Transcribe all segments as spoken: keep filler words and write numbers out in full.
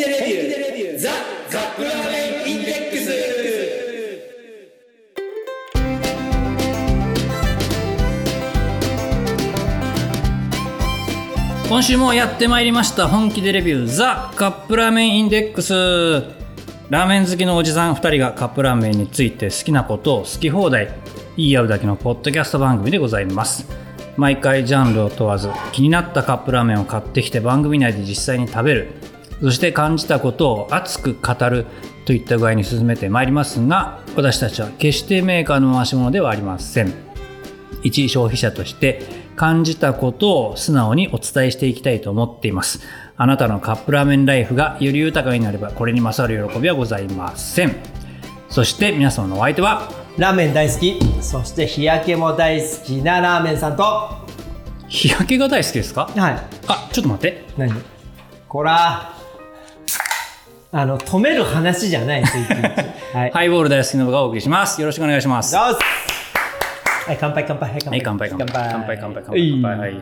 でレビューザ・カップラーメンインデックス。今週もやってまいりました本気でレビューザ・カップラーメンインデックス。ラーメン好きのおじさんふたりがカップラーメンについて好きなことを好き放題言い合うだけのポッドキャスト番組でございます。毎回ジャンルを問わず気になったカップラーメンを買ってきて番組内で実際に食べる、そして感じたことを熱く語るといった具合に進めてまいりますが、私たちは決してメーカーの回し物ではありません。一消費者として感じたことを素直にお伝えしていきたいと思っています。あなたのカップラーメンライフがより豊かになればこれに勝る喜びはございません。そして皆様のお相手はラーメン大好き、そして日焼けも大好きなラーメンさんと。 日焼けが大好きですか？ はい。 あ、ちょっと待って。 何？こらあの止める話じゃないですはい、ハイボール大好きなのがお送りします。よろしくお願いします。 どうぞ。はい、乾杯乾杯、はい、 乾杯乾杯乾杯乾杯乾杯乾杯乾杯乾杯、はい。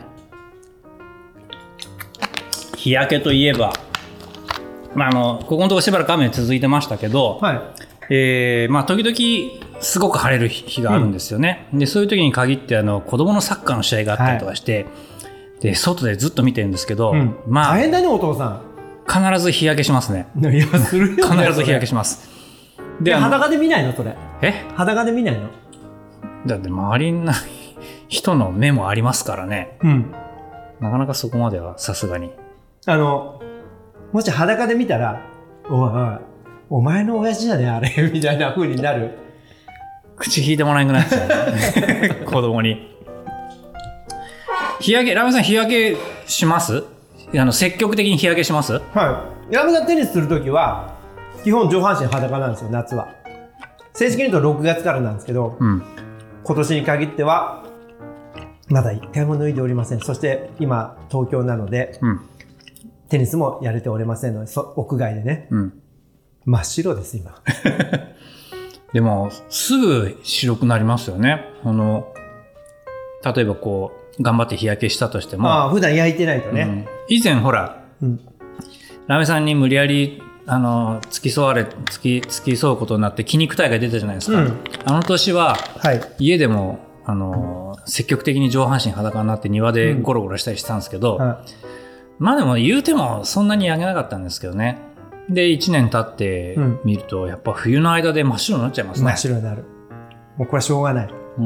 日焼けといえば、まあ、あのここのところしばらく雨続いてましたけど、はい、えーまあ、時々すごく晴れる日があるんですよね、うん、でそういう時に限ってあの子供のサッカーの試合があったりとかして、はい、で外でずっと見てるんですけど、うん、まあ、 大変だねお父さん。 必ず日焼けしますね。 いやするよね、 必ず日焼けします。 で裸で見ないのそれ？ え裸で見ないの？ だって周りに人の目もありますからね、うん、なかなかそこまではさすがに。 あのもし裸で見たらおいおいお前の親父じゃねあれみたいな風になる。 口引いてもらえなくなっちゃう、ね、子供に。日焼け、ラーメンさん日焼けします？あの積極的に日焼けします？ はい。ラーメンさんテニスするときは基本上半身裸なんですよ、夏は。正式に言うとろくがつからなんですけど、うん、今年に限ってはまだ一回も脱いでおりません。そして今東京なので、うん、テニスもやれておりませんので、屋外でね、うん、真っ白です今。 でもすぐ白くなりますよね。あの例えばこう頑張って日焼けしたとしても、 ああ普段焼いてないとね、うん、 以前ほら、うん、ラーメンさんに無理やりあの付き添われ付き付き添うことになって筋肉体が出たじゃないですか、うん、あの年は、はい、家でもあの積極的に上半身裸になって庭でゴロゴロしたりしたんですけど、うんはい、まあでも言うてもそんなに焼けなかったんですけどね。でいちねん経ってみると、うん、やっぱ冬の間で真っ白になっちゃいますね。 真っ白になる。もうこれはしょうがない。 うん。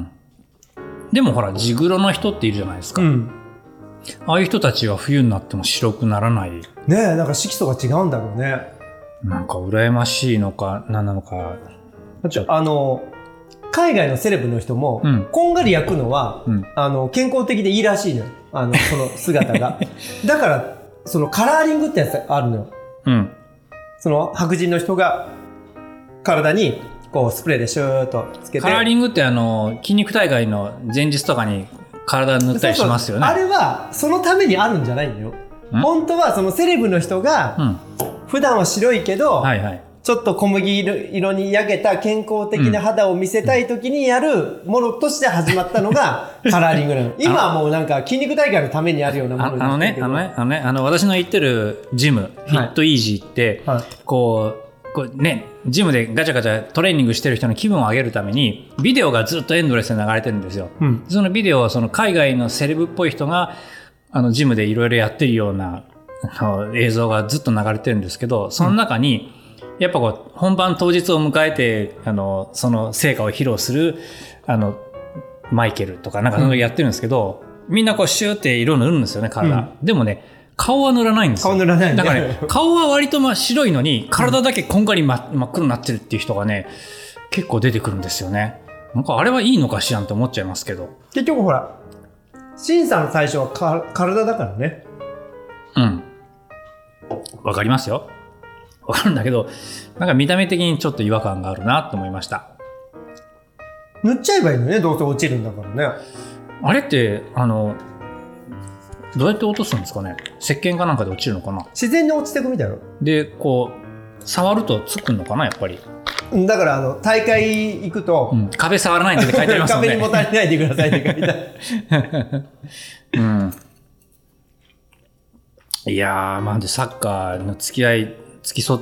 でもほら地黒の人っているじゃないですか、うん、ああいう人たちは冬になっても白くならないねえ。なんか色素が違うんだろうね。 なんか羨ましいのか何なのか。 あの海外のセレブの人も、うん、こんがり焼くのは、うん、あの健康的でいいらしいのよ、あのその姿が。だからそのカラーリングってやつあるのよ、うん、その白人の人が体にこうスプレーでシューッとつけて。 カラーリングってあの筋肉大会の前日とかに体塗ったりしますよね。 そうそう、あれはそのためにあるんじゃないんだよ。本当はそのセレブの人が、うん、普段は白いけど、はいはい、ちょっと小麦色に焼けた健康的な肌を見せたい時にやるものとして始まったのがカラーリングなの。今はもうなんか筋肉大会のためにあるようなものになってるけど。あのね、あのね、あのね、あの私の行ってるジム、フィットイージーって、はいはい、こう、こうね、ジムでガチャガチャトレーニングしてる人の気分を上げるためにビデオがずっとエンドレスで流れてるんですよ、うん、そのビデオはその海外のセレブっぽい人があのジムでいろいろやってるような映像がずっと流れてるんですけど、その中にやっぱこう本番当日を迎えてあのその成果を披露するあのマイケルとかなんかそのやってるんですけど、うん、みんなこうシューって色塗るんですよね体、うん、でもね顔は塗らないんですよ。 顔塗らない、ね、 だからね顔は割とまあ白いのに体だけこんがり真っ黒になってるっていう人がね結構出てくるんですよね。なんかあれはいいのかしらんって思っちゃいますけど、 結局ほら審査の対象はか体だからね。 うん、わかりますよ、わかるんだけどなんか見た目的にちょっと違和感があるなと思いました。 塗っちゃえばいいのね、どうせ落ちるんだからね。 あれってあのどうやって落とすんですかね。石鹸かなんかで落ちるのかな。 自然に落ちてくみたいな。 でこう触るとつくのかなやっぱり。 だからあの大会行くと、うん、 壁触らないでって書いてありますもんね。 壁にもたれないでくださいって書いてある。 うん。 いやー、まあでサッカーの付き合い付き添って、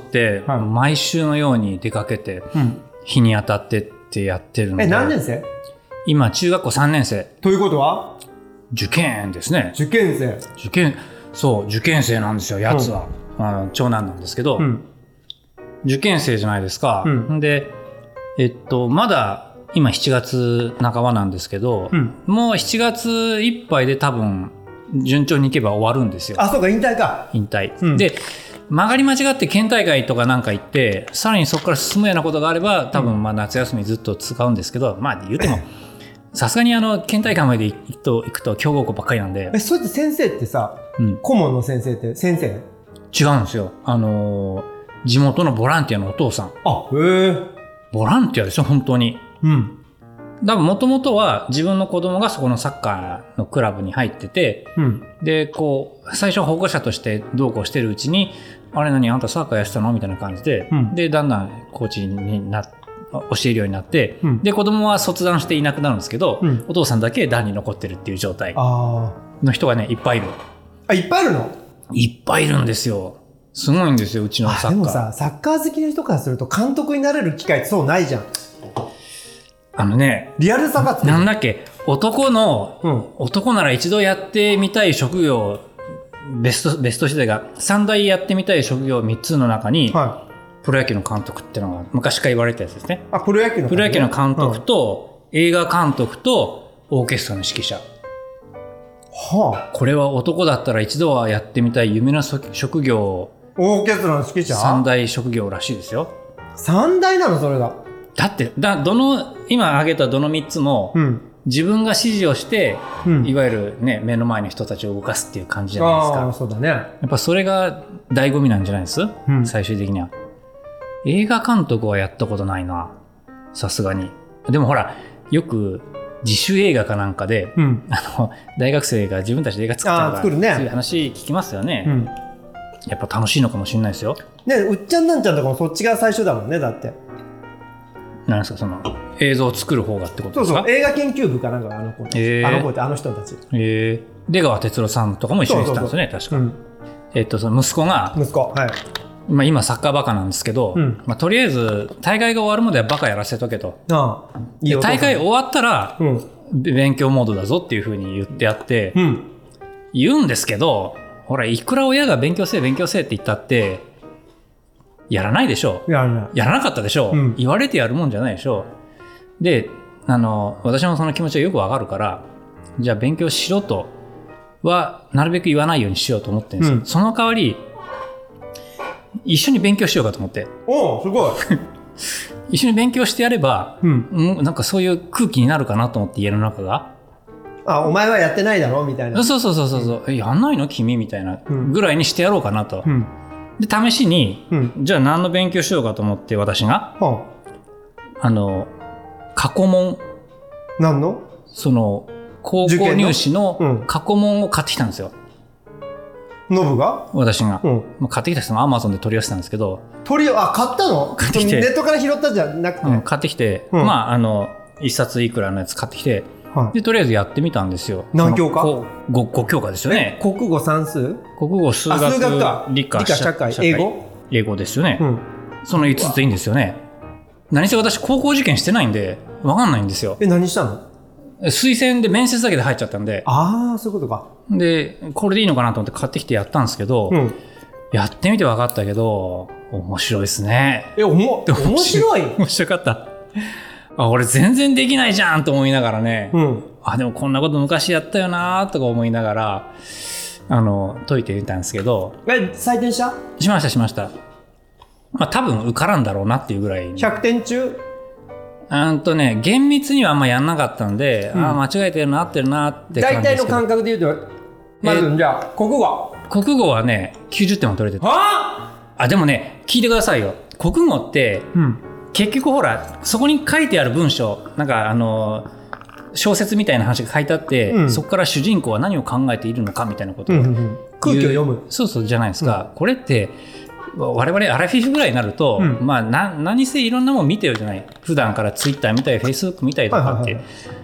はい、毎週のように出かけて、うん、日に当たってってやってるので。 え、何年生？ 今中学校さんねん生。 ということは受験ですね。 受験生。 受験、そう受験生なんですよ。やつは、うん、あの長男なんですけど、うん、受験生じゃないですか。うん、で、えっとまだ今しちがつなかばなんですけど、うん、もうしちがついっぱいで多分順調にいけば終わるんですよ。 あ、そうか、引退か。 引退。うん、で。曲がり間違って県大会とかなんか行ってさらにそこから進むようなことがあれば多分まあ夏休みずっと使うんですけど、まあ言うてもさすがにあの県大会まで行くと行くと強豪校ばっかりなんで。 え、それって先生ってさ、うん、顧問の先生って先生？ 違うんですよ。あのー、地元のボランティアのお父さん。 あ、へえ。 ボランティアですよ本当に。うん。多分もともとは自分の子供がそこのサッカーのクラブに入ってて、うん、でこう最初保護者としてどうこうしてるうちにあれ何あんたサッカーやってたのみたいな感じで、うん、でだんだんコーチにな教えるようになって、うん、で子供は卒団していなくなるんですけど、うん、お父さんだけ団に残ってるっていう状態の人がねいっぱいいる。 あ、いっぱいいるの？ いっぱいいるんですよ。すごいんですようちのサッカー。でもさサッカー好きの人からすると監督になれる機会ってそうないじゃん。 あのね、 リアルさがつく。 なんだっけ、男の、うん、男なら一度やってみたい職業、ベスト、ベスト時代がさん大やってみたい職業みっつの中に、はい、プロ野球の監督っていうのが昔から言われたやつですね。 あ、プロ野球の監督、 プロ野球の監督と、うん、映画監督と、オーケストラの指揮者。はあ。これは男だったら一度はやってみたい夢の職業。 オーケストラの指揮者？ さん大職業らしいですよ。 さん大なのそれが。 だって、だ、どの、今挙げたどのみっつも、うん、自分が指示をして、うん、いわゆるね、目の前の人たちを動かすっていう感じじゃないですか。 ああ、そうだね。やっぱそれが醍醐味なんじゃないです、うん、最終的には。映画監督はやったことないな。さすがに。でもほら、よく自主映画かなんかで、うん、あの、大学生が自分たちで映画作ったとか、作るね、そういう話聞きますよね。うん、やっぱ楽しいのかもしれないですよ。 ね、うっちゃんなんちゃんとかもそっちが最初だもんね、だって。 なんですかその映像を作る方がってことですか？ そうそう、映画研究部かなんかあの子たち、えー、あの子ってあの人たち。 ええー、出川哲朗さんとかも一緒にしてたんですよね、確か。うん、えっとその息子が息子、はい。 まあ今サッカーバカなんですけど、うん、まあとりあえず大会が終わるまではバカやらせとけと。ああ、いい大会終わったら、うん、勉強モードだぞっていう風に言ってやって、うん、言うんですけど、ほらいくら親が勉強せえ勉強せえって言ったって。やらないでしょ。 やらない。 やらなかったでしょ、うん、言われてやるもんじゃないでしょ。で、あの、私もその気持ちはよくわかるから、じゃあ勉強しろとは、なるべく言わないようにしようと思ってるんですよ。うん、その代わり、一緒に勉強しようかと思って。 おー、すごい。 一緒に勉強してやれば、うん、なんかそういう空気になるかなと思って家の中が。 あ、お前はやってないだろみたいな。 そうそうそうそう、うん、やんないの君みたいなぐらいにしてやろうかなと。うんで試しに、うん、じゃあ何の勉強しようかと思って私が、はあ、あの過去問何のその高校入試の過去問を買ってきたんですよ。 ノブが私が、うん、買ってきた人もアマゾンで取り寄せたんですけど取りあ買ったの買ってきてネットから拾ったじゃなくて、うん、 買ってきて、うん、まああの一冊いくらのやつ買ってきて、はい、でとりあえずやってみたんですよ。 何教科 5, 5教科ですよね。 国語算数国語数学数学か理科理科社会英語英語ですよね、うん、そのいつついいんですよね。何せ私高校受験してないんで分かんないんですよ。 え何したの？ 推薦で面接だけで入っちゃったんで。 ああそういうことか。 でこれでいいのかなと思って買ってきてやったんですけど、うん、やってみて分かったけど面白いですね。 えおも面白い面白かった。あ俺全然できないじゃんと思いながらね、うん、あでもこんなこと昔やったよなとか思いながらあの解いてみたんですけど。 え採点したしましたしました。まあ多分受からんだろうなっていうぐらい。 ひゃくてん中うんとね厳密にはあんまやんなかったんで、うん、あ間違えてるな合ってるなって感じですけど。大体の感覚で言うとまずじゃあ国語国語はねきゅうじゅってんも取れてた。 はあでもね聞いてくださいよ。国語って、うん、結局ほらそこに書いてある文章なんかあの小説みたいな話が書いてあって、うん、そこから主人公は何を考えているのかみたいなことを、うんうんうん、 空気を読むそうそうじゃないですか、うん、これって我々アラフィフぐらいになると、うんまあ、な何せいろんなもの見てるじゃない。普段からツイッター見たりフェイスブック見たりとかって、はいはいはい、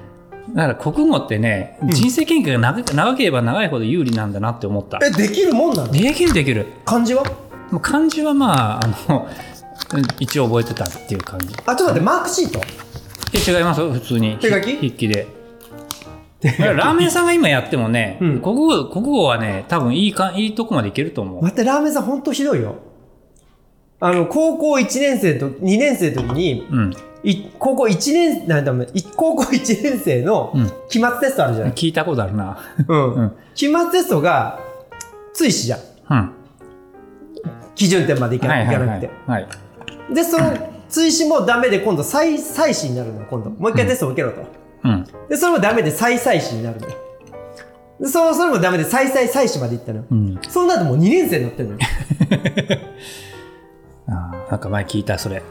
だから国語ってね、人生経験が 長, 長ければ長いほど有利なんだなって思った。 え、できるもんなの？ できるできる。 漢字は？ もう漢字はまあ、あの、一応覚えてたっていう感じ。 あ、ちょっと待って、マークシート？ え、違いますよ、普通に。 手書き？ 筆記で。ラーメンさんが今やってもね、うん、国語、国語はね、多分いいか、いいとこまでいけると思う。 待って、ラーメンさんほんとひどいよ。あの、高校いちねん生とにねん生の時に、うん、い高校いちねん、なんだめ、高校いちねん生の期末テストあるじゃない、うん、 聞いたことあるな。 うん。うん、期末テストが、追試じゃん。うん。基準点までいかなくて。はいはいはいはい、で、その追試もダメで今度再、再試になるのよ、今度。もう一回テストを受けろと。うん。で、それもダメで再再試になるのよ。で、そ, それもダメで再再再試までいったのよ。うん。そうなるともうにねん生になってるのよ。 ああ、なんか前聞いた、それ。 うん。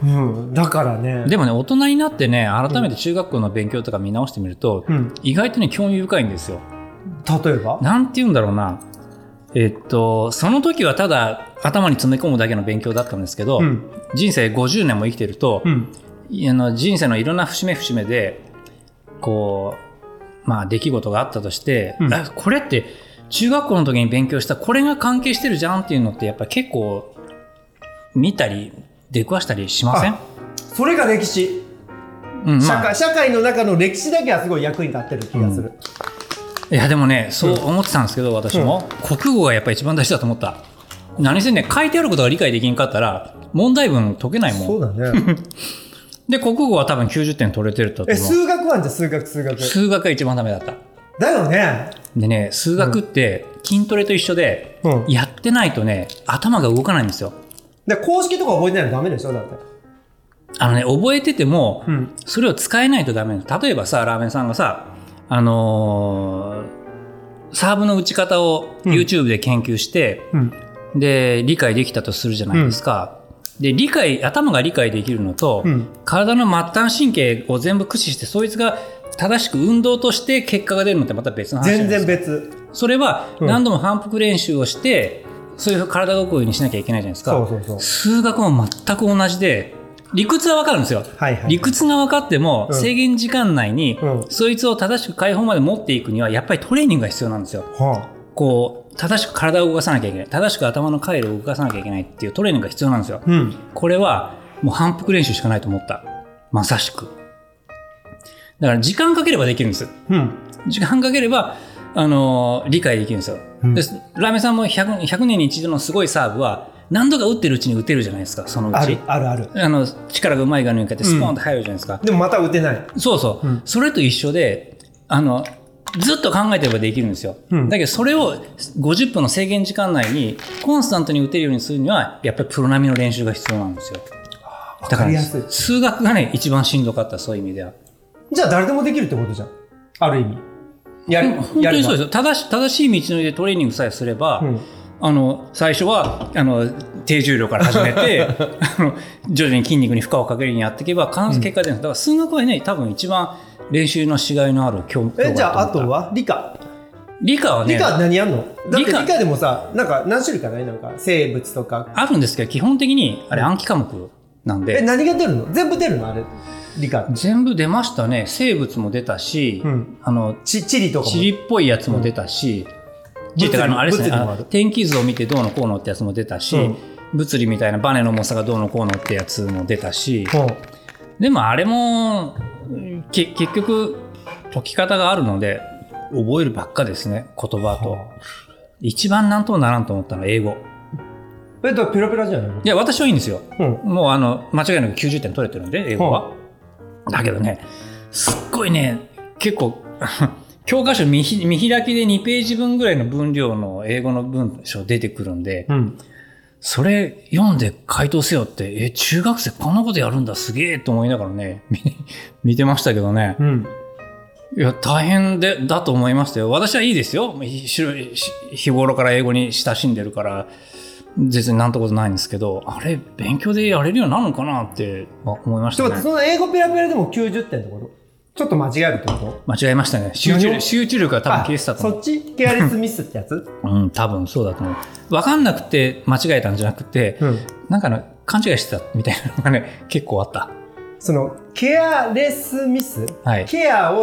だからね。 でもね、大人になってね、改めて中学校の勉強とか見直してみると、うん、意外とね、興味深いんですよ。 例えば？ なんて言うんだろうな。えっと、その時はただ頭に詰め込むだけの勉強だったんですけど、うん、人生ごじゅうねんも生きてると、うん、あの人生のいろんな節目節目で、こう、まあ出来事があったとして、うん、これって中学校の時に勉強したこれが関係してるじゃんっていうのってやっぱり結構見たり出くわしたりしません？ それが歴史、うんまあ、社会、社会の中の歴史だけはすごい役に立ってる気がする。 うん、いやでもね、そう思ってたんですけど、私も、うん、国語がやっぱり一番大事だと思った。何せね、書いてあることが理解できんかったら問題文解けないもん。 そうだね。 で、国語は多分きゅうじゅってん取れてると思う。 え、数学はんじゃ数学、数学。 数学が一番ダメだった。 だよね。 でね、数学って筋トレと一緒で、うん、やってないとね、頭が動かないんですよ。 で、公式とか覚えてないとダメでしょだって。 あのね、覚えてても、うん、それを使えないとダメ。例えばさ、ラーメンさんがさ、あのー、サーブの打ち方を YouTube で研究して、うんうん、で、理解できたとするじゃないですか。うん、で、理解、頭が理解できるのと、うん、体の末端神経を全部駆使して、そいつが正しく運動として結果が出るのってまた別の話なんです。 全然別。 それは何度も反復練習をして、うん、そういう体が動くようにしなきゃいけないじゃないですか。 そうそうそう。 数学も全く同じで、理屈は分かるんですよ。はいはい、理屈が分かっても、制限時間内に、うん、そいつを正しく解放まで持っていくには、やっぱりトレーニングが必要なんですよ。はあ、こう、正しく体を動かさなきゃいけない。正しく頭の回路を動かさなきゃいけないっていうトレーニングが必要なんですよ。うん、これは、もう反復練習しかないと思った。まさしく。だから時間かければできるんです。うん、時間かければ、あのー、理解できるんですよ。うん、でラーメンさんも ひゃく, ひゃくねんに一度のすごいサーブは、何度か打ってるうちに打てるじゃないですか、そのうち。 ある、あるある。 あの、力がうまいが抜けてスポーンと入るじゃないですか。 うん、でもまた打てない。 そうそう。うん、それと一緒で、あの、ずっと考えてればできるんですよ。うん、だけど、それをごじゅっぷんの制限時間内に、コンスタントに打てるようにするには、やっぱりプロ並みの練習が必要なんですよ。 わかりやすい。 数学がね、一番しんどかった、そういう意味では。 じゃあ誰でもできるってことじゃん。ある意味。やる。 本当にそうですよ。正し、正しい道のりでトレーニングさえすれば、うん、あの、最初は、あの、低重量から始めて、あの、徐々に筋肉に負荷をかけるようにやっていけば、必ず結果出るんです。だから数学はね、多分一番練習のしがいのある教科。 え、じゃあ、あとは理科。 理科はね。 理科何やんの？だって理科でもさ、なんか何種類かない？なんか生物とか。 あるんですけど、基本的に、あれ暗記科目なんで。 え、何が出るの？全部出るのあれ。理科。 全部出ましたね。生物も出たし、うん、あの、 ち、地理とかも。 地理っぽいやつも出たし、うん、あのあれですね、天気図を見てどうのこうのってやつも出たし、うん、物理みたいなバネの重さがどうのこうのってやつも出たし、うん、でもあれもけ結局解き方があるので覚えるばっかですね、言葉と。一番なんともならんと思ったのは英語。 えっとペラペラじゃないの？ いや私はいいんですよ。うん、もうあの間違いなくきゅうじゅってん取れてるんで英語は。うん、だけどね、すっごいね結構。教科書 見, 見開きでにページ分ぐらいの分量の英語の文章出てくるんで、うん、それ読んで回答せよって、え、中学生こんなことやるんだすげえと思いながらね、見てましたけどね。うん、いや、大変で、だと思いましたよ。私はいいですよ。日頃から英語に親しんでるから、別になんてことないんですけど、あれ、勉強でやれるようになるのかなって思いましたね。 その英語ペラペラでもきゅうじゅってんってことちょっと間違えるってこと間違えましたね。集中力、集中力が多分消えてたと思う。 そっちケアレスミスってやつうん、多分そうだと思う。分かんなくて間違えたんじゃなくて、うん、なんかの勘違いしてたみたいなのがね、結構あった。 その、ケアレスミス、はい、ケアを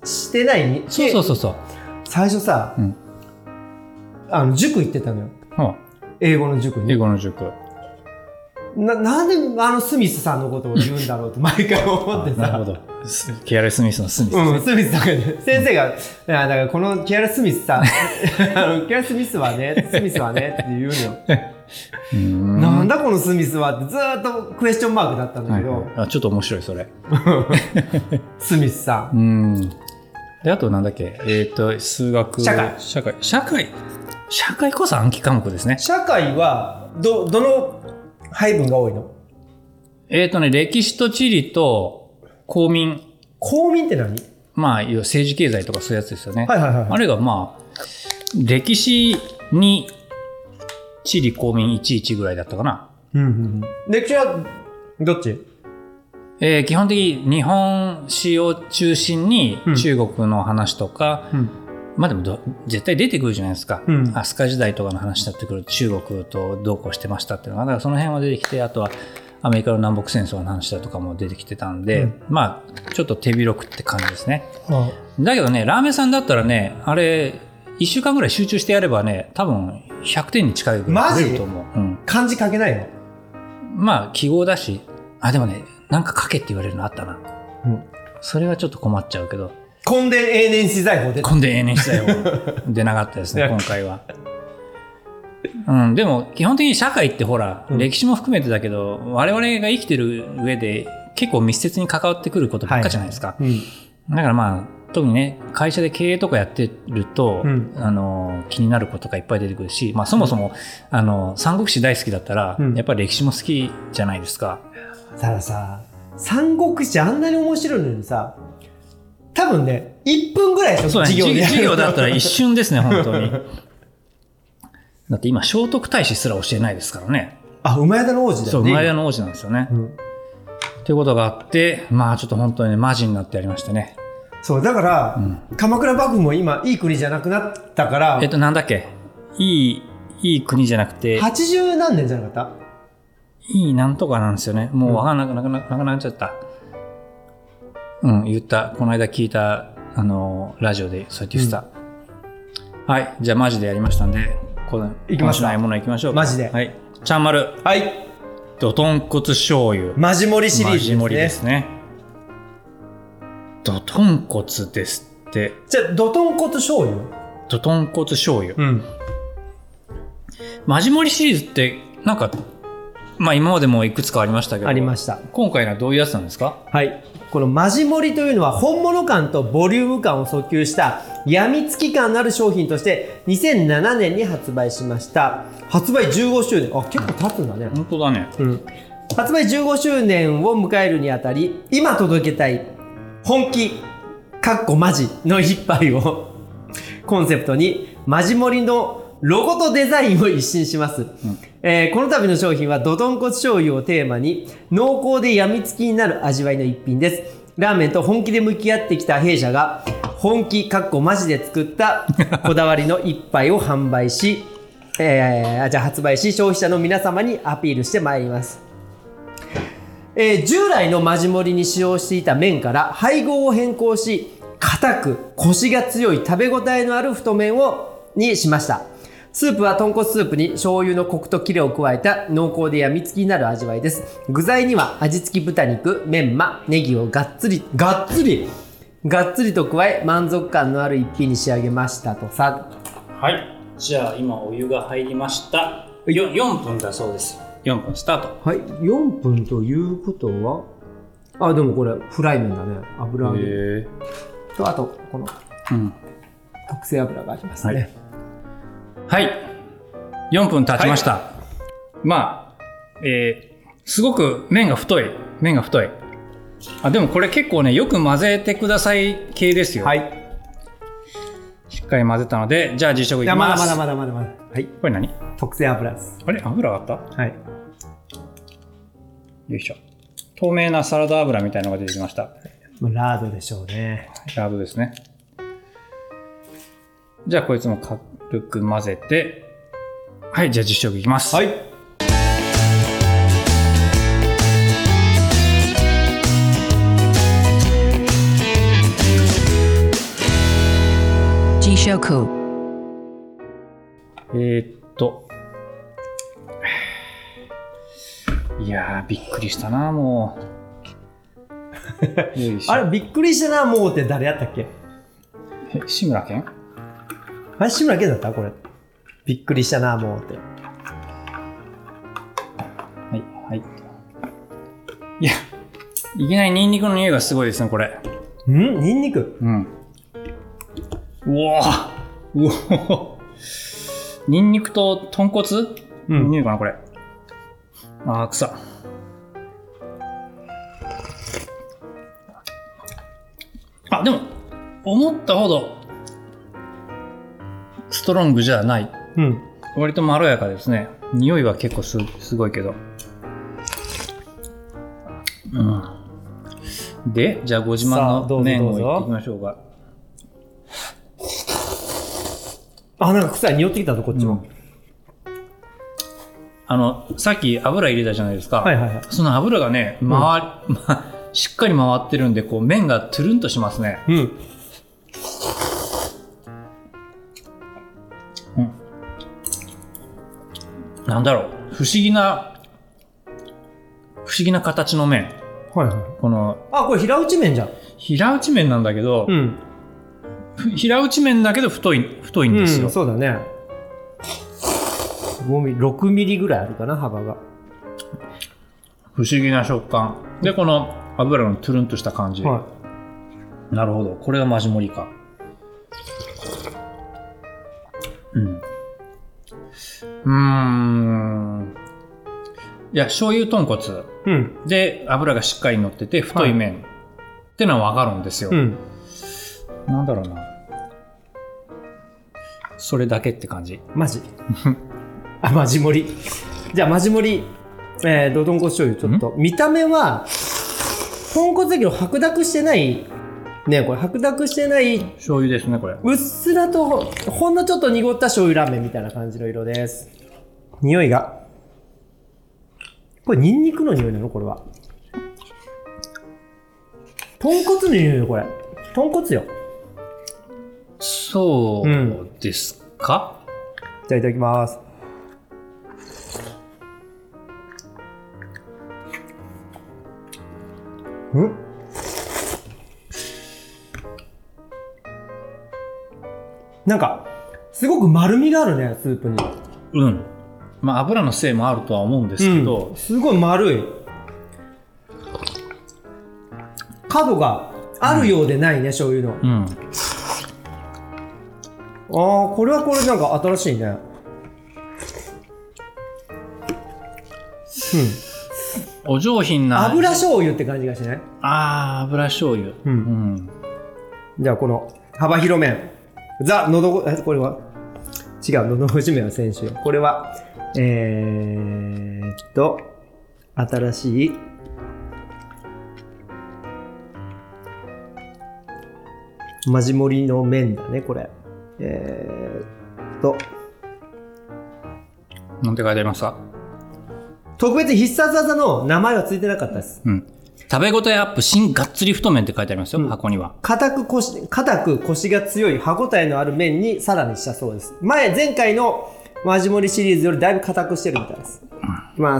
してないに。 そうそうそうそう。 最初さ、うん、あの塾行ってたのよ。うん、英語の塾に。 英語の塾。 な、なんであのスミスさんのことを言うんだろうと毎回思ってさ。 なるほど。ケアレスミスのスミス、 ね。うん、スミスさんがね、先生が、いや、だからこのケアレスミスさん、あのケアレスミスはね、スミスはねって言うのよ。うーんなんだこのスミスはってずーっとクエスチョンマークだったんだけど。はいはい、 あちょっと面白い、それ。 スミスさん。 うんで、あとなんだっけえっ、ー、と、数学。 社会。 社会。社会。社会こそ暗記科目ですね。 社会は、ど、どの配分が多いの？ えっ、ー、とね、歴史と地理と公民。 公民って何？ まあ、政治経済とかそういうやつですよね。 はいはいはい。 あるいはまあ、歴史に地理公民いちいちぐらいだったかな。 うんうんうん。歴史はどっち？ えー、基本的に日本史を中心に中国の話とか、うん、まあでもど絶対出てくるじゃないですか、うん、飛鳥時代とかの話になってくると中国とどうこうしてましたっていうのがだからその辺は出てきてあとはアメリカの南北戦争の話だとかも出てきてたんで、うん、まあちょっと手広くって感じですね、うん、だけどねラーメンさんだったらねあれいっしゅうかんぐらい集中してやればね多分ひゃくてんに近いぐらい取れると思う、うん、 漢字書けないの？ まあ記号だしあでもねなんか書けって言われるのあったな。うん。それはちょっと困っちゃうけど。 根伝永年資材法出た。 根伝永年資材法出なかったですね、今回は。うん、でも基本的に社会ってほら、うん、歴史も含めてだけど、我々が生きてる上で結構密接に関わってくることばっかじゃないですか。はいうん、だからまあ、特にね、会社で経営とかやってると、うん、あの、気になることがいっぱい出てくるし、まあそもそも、うん、あの、三国志大好きだったら、うん、やっぱり歴史も好きじゃないですか。 たださ、三国志あんなに面白いのにさ、多分ね、いっぷんぐらいでしょ、 授業で。授業だったら一瞬ですね、本当に。だって今、聖徳太子すら教えないですからね。 あ、馬屋の王子だよね。 そう、馬屋の王子なんですよね。うん、っていうことがあって、まあちょっと本当にね、マジになってやりましたね。 そう、だから、うん、鎌倉幕府も今、いい国じゃなくなったから。 えっと、なんだっけいい、いい国じゃなくて。 はちじゅうなんねんじゃなかったいいなんとかなんですよね。もうわかんなくなくなくなっちゃった。うん、言った。この間聞いた、あの、ラジオでそうやって言ってた。うん、はい。じゃあマジでやりましたんで、この、 いきましょう。 ないものいきましょう。 マジで。 はい。ちゃんまる。 はい。 どとんこつ醤油。 マジ盛りシリーズですね。 マジ盛りですね。どとんこつですって。 じゃあ、どとんこつ醤油どとんこつ醤油。うん。マジ盛りシリーズって、なんか、まあ今までもいくつかありましたけど。 ありました。 今回のはどういうやつなんですか？ はい。このマジ盛りというのは本物感とボリューム感を訴求した病みつき感のある商品としてにせんななねんに発売しました。発売じゅうごしゅうねん。あ、結構経つんだね。 本当だね。 うん。発売じゅうごしゅうねんを迎えるにあたり、今届けたい本気、かっこマジの一杯をコンセプトにマジ盛りのロゴとデザインを一新します、うんえー、この度の商品はどとんこつ醤油をテーマに濃厚で病みつきになる味わいの一品です。ラーメンと本気で向き合ってきた弊社が本気かっこマジで作ったこだわりの一杯を販売し、えー、じゃあ発売し消費者の皆様にアピールしてまいります。えー、従来のマジ盛りに使用していた麺から配合を変更し硬くコシが強い食べ応えのある太麺をにしました。スープは豚骨スープに醤油のコクとキレを加えた濃厚で病みつきになる味わいです。具材には味付き豚肉、メンマ、ネギをがっつり、がっつり、がっつりと加え満足感のある一品に仕上げましたとさ。 はい。じゃあ今お湯が入りました。よんぷんだそうです。よんぷんスタート。 はい。よんぷんということは、あ、でもこれフライ麺だね。油揚げ。と、あと、この、うん、特製油がありますね。 はい。はい。よんぷん経ちました。はい、まあ、えー、すごく麺が太い。麺が太い。あ、でもこれ結構ね、よく混ぜてください系ですよ。はい。しっかり混ぜたので、じゃあ実食いきます。 まだまだまだまだまだ。はい。 これ何？ 特製油です。 あれ？油があった？ はい。 よいしょ。透明なサラダ油みたいなのが出てきました。 ラードでしょうね。 ラードですね。じゃあこいつも軽く混ぜて、はい、じゃあ実食いきます。 はい。 Joku。 えー、っと。いやー、びっくりしたな、もう。よいしょ。 あれ、びっくりしたな、もうって誰やったっけ？ え、志村けん？ あれ、志村けんだったこれ。びっくりしたな、もうって。 はい、はい。いや、いきなりニンニクの匂いがすごいですね、これ。 ん？ニンニク？ うん。うわぁうわぁニンニクと豚骨の匂いかな、これ。あー、臭。あ、でも、思ったほど、ストロングじゃない。 うん。 割とまろやかですね。匂いは結構す、すごいけど。うん。で、じゃあご自慢の麺をいっていきましょうか。 あ、なんか臭い。匂ってきたぞ、こっちも。 うんあの、さっき油入れたじゃないですか。 はいはいはい。 その油がね、回り、うんま、しっかり回ってるんで、こう、麺がトゥルンとしますね。 うん。 うん。なんだろう。不思議な、不思議な形の麺。 はいはい。 この、 あ、これ平打ち麺じゃん。 平打ち麺なんだけど、 うん。 平打ち麺だけど太い、太いんですよ。 うん、そうだね。ごミリ、ろくミリぐらいあるかな、幅が。 不思議な食感。で、この油のトゥルンとした感じ。 はい、 なるほど。これがマジ盛りか。うん。うーん。いや、醤油豚骨。 うん。 で、油がしっかり乗ってて、太い麺。はい、ってのはわかるんですよ。うん。なんだろうな。それだけって感じ。 マジあ、マジ盛り。じゃあ、マジ盛り、えー、ど豚骨醤油、ちょっと。見た目は、豚骨だけど白濁してない、ね、これ白濁してない。 醤油ですね、これ。 うっすらと、ほんのちょっと濁った醤油ラーメンみたいな感じの色です。匂いが。これ、ニンニクの匂いなのこれは。豚骨の匂いよ、これ。豚骨よ。 そうですか、 うん、じゃあ、いただきます。んなんか、すごく丸みがあるね、スープに。 うん。まあ、油のせいもあるとは思うんですけど。 うん、すごい丸い。角があるようでないね、うん、醤油の。うん。ああ、これはこれなんか新しいね。うん。 お上品な油醤油って感じがしない？ ああ、油醤油。うん。うん、 じゃあこの幅広麺。ザ・のどご、これは違う、のどごし麺は先週。これは、えーっと、新しい、マジ盛りの麺だね、これ。えーっと。 なんて書いてありますか？ 特別必殺技の名前はついてなかったです。 うん。食べ応えアップ新がっつり太麺って書いてありますよ、うん、箱には。 硬くコシ、硬くコシが強い歯応えのある麺にさらにしたそうです。前、前回のマジ盛りシリーズよりだいぶ硬くしてるみたいです。うん、いきます。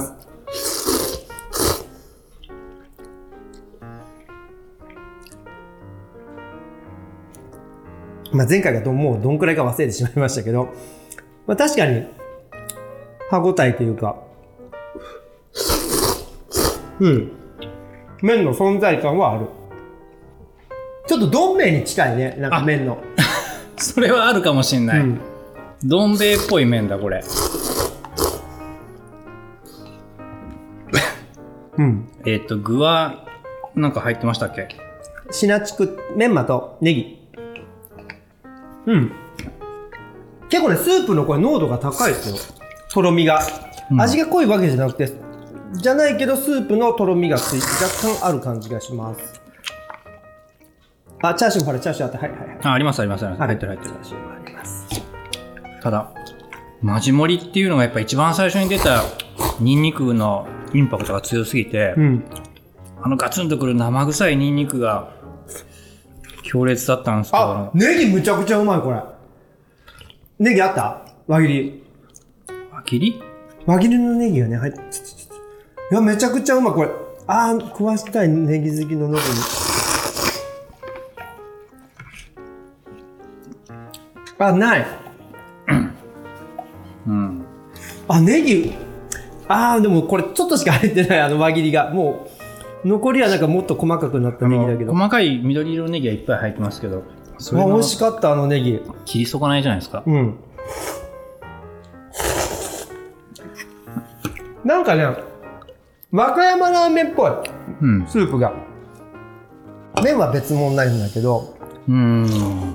まあ、前回がどもうどんくらいか忘れてしまいましたけど、まあ、確かに歯応えというか、うん。麺の存在感はある。ちょっとどん兵衛に近いね、なんか麺の。 それはあるかもしんない。うん、どん兵衛っぽい麺だ、これ。うん。えっと、具は、なんか入ってましたっけ？ シナチク、メンマとネギ。うん。結構ね、スープのこれ濃度が高いですよ。とろみが。うん、味が濃いわけじゃなくて、じゃないけど、スープのとろみがついて若干ある感じがします。あ、チャーシューもある、チャーシューあって、はいはいはい。 あ、ありますありますあります。入ってる入ってる。チャーシューもあります。ただ、マジ盛りっていうのがやっぱ一番最初に出たニンニクのインパクトが強すぎて、うん、あのガツンとくる生臭いニンニクが強烈だったんですけど。 あ、ネギむちゃくちゃうまい、これ。 ネギあった？輪切り。 輪切り？ 輪切りのネギがね、入って、いや、めちゃくちゃうまい、これ。あー、食わしたい、ネギ好きのノブに。あ、ない。 うん。 あ、ネギ。あー、でもこれちょっとしか入ってない、あの輪切りが。もう、残りはなんかもっと細かくなったネギだけど。 細かい緑色ネギがいっぱい入ってますけど。 それあ、美味しかった、あのネギ。 切り損ないじゃないですか。 うん。なんかね、和歌山ラーメンっぽい。うん。スープが。麺は別物ないんだけど。 うーん。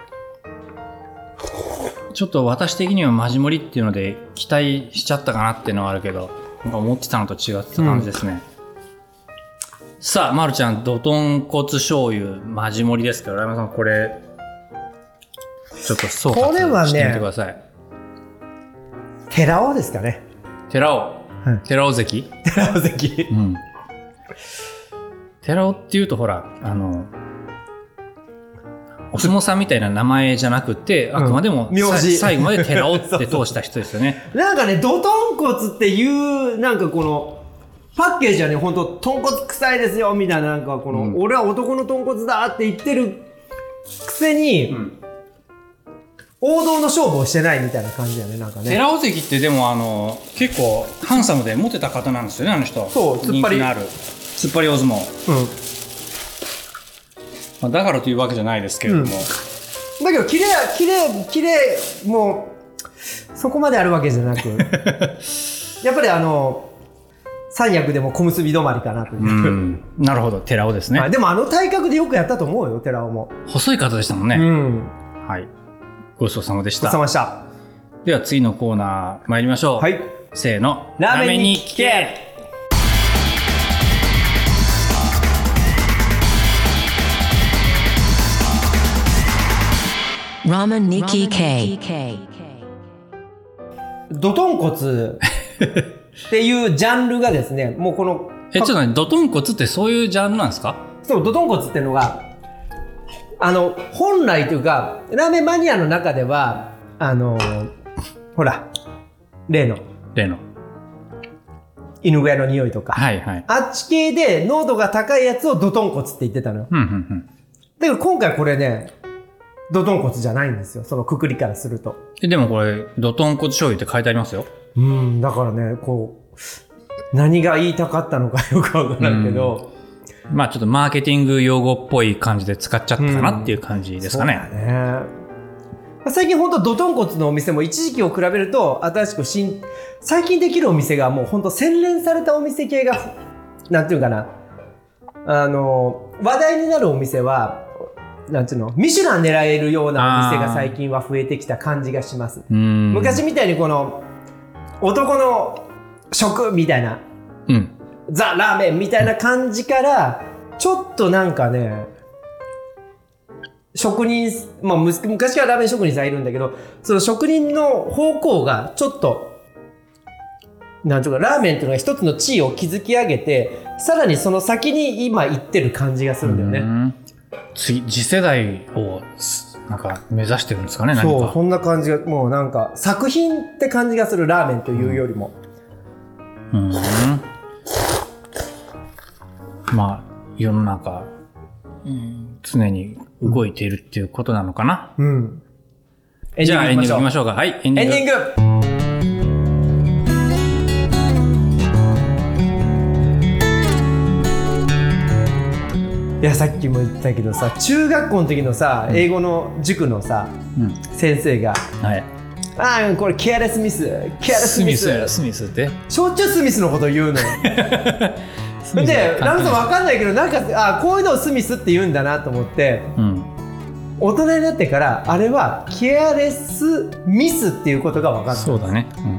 ちょっと私的にはマジ盛りっていうので期待しちゃったかなっていうのはあるけど、なんか思ってたのと違ってた感じですね。うん、さあ、まるちゃん、ど豚骨醤油マジ盛りですけど、ライマさんこれ、ちょっと総括してみてください。 寺尾ですかね。 寺尾。はい、寺尾関寺尾関。うん。 寺尾っていうとほら、あの、お相撲さんみたいな名前じゃなくて、あくまでも、うん、最後まで寺尾って通した人ですよね。 そうそうなんかね、ど豚骨っていう、なんかこの、パッケージはね、ほんと、豚骨臭いですよ、みたいな、なんかこの、うん、俺は男の豚骨だって言ってるくせに、うん、王道の勝負をしてないみたいな感じだよね、なんかね。 寺尾関ってでもあの、結構、ハンサムでモテた方なんですよね、あの人。 そう、突っ張り。 人気のある。突っ張り大相撲。うん。まあ、だからというわけじゃないですけれども、うん、 だけど綺麗綺麗綺麗もうそこまであるわけじゃなくやっぱりあの三役でも小結び止まりかなという、うん、 なるほど、寺尾ですね、 まあ、でもあの体格でよくやったと思うよ、寺尾も細い方でしたもんね、うん、はい、ごちそうさまでした。 ごちそうさまでした。 では次のコーナー参りましょう。はい、せーの、ラーメンに聞け。 ラーメンニキ K。 ど豚骨っていうジャンルがですね、もうこのえちょっとね、ど豚骨ってそういうジャンルなんですか？ そう、ど豚骨っていうのがあの本来というかラーメンマニアの中ではあのほら例の例の犬小屋の匂いとか、 はいはい、 あっち系で濃度が高いやつをど豚骨って言ってたのよ。うんうんうん、だけど今回これね、ど豚骨じゃないんですよ、そのくくりからすると。 でもこれど豚骨醤油って書いてありますよ。 うん、だからね、こう何が言いたかったのかよくわからんけど、 うん、まあちょっとマーケティング用語っぽい感じで使っちゃったかなっていう感じですかね。うん、そうだね。最近ほんとど豚骨のお店も一時期を比べると新しく新最近できるお店がもうほんと洗練されたお店系がなんていうかな、あの話題になるお店はなんていうの、ミシュラン狙えるようなお店が最近は増えてきた感じがします。昔みたいにこの男の食みたいな、うん、ザ・ラーメンみたいな感じからちょっとなんかね、職人、まあ昔からラーメン職人さんいるんだけど、その職人の方向がちょっとなんていうか、ラーメンっていうのが一つの地位を築き上げて、さらにその先に今行ってる感じがするんだよね。うん、 次、次世代をなんか目指してるんですかね、何か。 そう、そんな感じが、もうなんか作品って感じがする、ラーメンというよりも。うん。うん、 まあ、世の中、うん、常に動いているっていうことなのかな。うん。じゃあエンディングいきましょうか。はい、エンディング。エンディングいや、さっきも言ったけどさ、中学校の時のさ、英語の塾のさ、うん、先生が、はい、ああ、これケアレスミス、ケアレスミス、 スミス、スミスって、 しょっちゅうスミスのこと言うのよ。で、ラムさんわかんないけど、なんか、あ、こういうのをスミスって言うんだなと思って、うん、大人になってから、あれはケアレスミスっていうことが分かった。 そうだね。うん、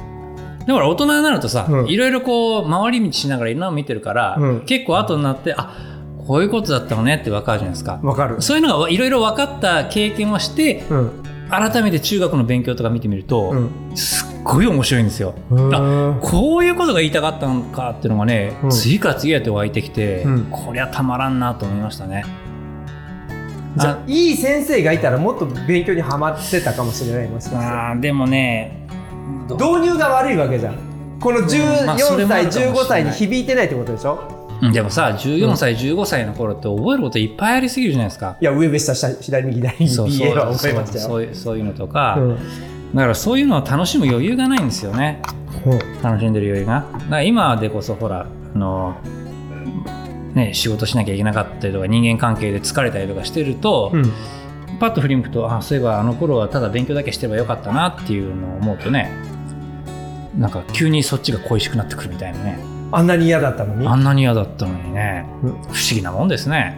だから大人になるとさ、うん、いろいろこう回り道しながらいろんなの見てるから、うん、結構後になって、あ、こういうことだったのねって分かるじゃないですか。 分かる。 そういうのがいろいろ分かった経験をして、うん、改めて中学の勉強とか見てみると、うん、すっごい面白いんですよ。あ、こういうことが言いたかったのかっていうのがね、うん、次から次へと湧いてきて、うん、こりゃたまらんなと思いましたね。 じゃあいい先生がいたらもっと勉強にはまってたかもしれない。もしかしてあでもね導入が悪いわけじゃん。このじゅうよんさい、じゅうごさいに響いてないってことでしょ。 でもさじゅうよんさい、うん、じゅうごさいの頃って覚えることいっぱいありすぎるじゃないですか。 いや上上下下左右左右 ビーエー は覚えましたよ。 そうそうそういうのとか、うん、だからそういうのを楽しむ余裕がないんですよね、うん、楽しんでる余裕が。だから今でこそほらあのね、仕事しなきゃいけなかったりとか人間関係で疲れたりとかしてると、うん、パッと振り向くとあそういえばあの頃はただ勉強だけしてればよかったなっていうのを思うとね、なんか急にそっちが恋しくなってくるみたいなね。 あんなに嫌だったのにあんなに嫌だったのにね、うん、不思議なもんですね。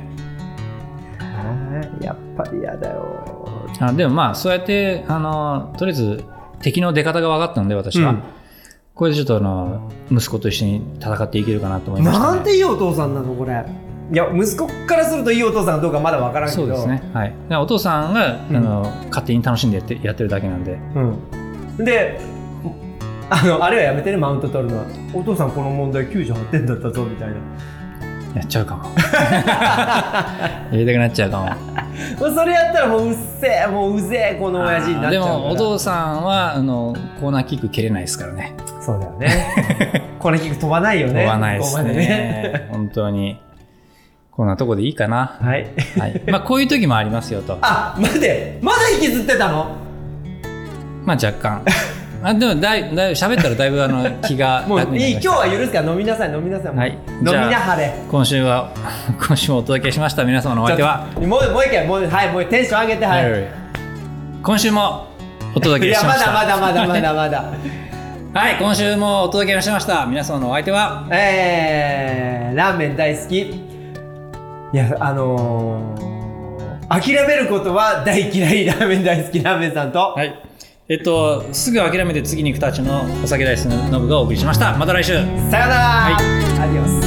やっぱり嫌だよ。 あでもまあそうやってあのとりあえず敵の出方が分かったので私は、うん、これでちょっとあの息子と一緒に戦っていけるかなと思いましたね。 なんていいお父さんなのこれ。いや息子からするといいお父さんかどうかまだ分からんけど。 そうですね、はい、お父さんが、うん、あの勝手に楽しんでやって、やってるだけなんで、 うん、であのあれはやめてねマウント取るのは。お父さんこの問題きゅうじゅうはってんだったぞみたいなやっちゃうかもやりたくなっちゃうかももうそれやったらもううっせえもううぜえこの親父になっちゃうから。 でもお父さんはあのコーナーキック蹴れないですからね。 そうだよねコーナーキック飛ばないよね。 飛ばないですね、ね本当にこんなとこでいいかな。 はい、 はい、まあこういう時もありますよと。 あ待ってまだ引きずってたの。 まあ若干あでもだいだい喋ったらだいぶあの気がもういい今日は許すから飲みなさい飲みなさい、はい、飲みなはれ。 今週は今週もお届けしました皆様のお相手はもうもう一回もうはいもうテンション上げてはい、はい、 今週もお届けしました。 いやまだまだまだまだまだはい今週もお届けしました皆様のお相手はえー、ラーメン大好き。いやあのー、諦めることは大嫌いラーメン大好きラーメンさんとはいえっと、すぐ諦めて次に行くたちのお酒大好きのノブがお送りしました。また来週。 さよなら、はい、アディオス。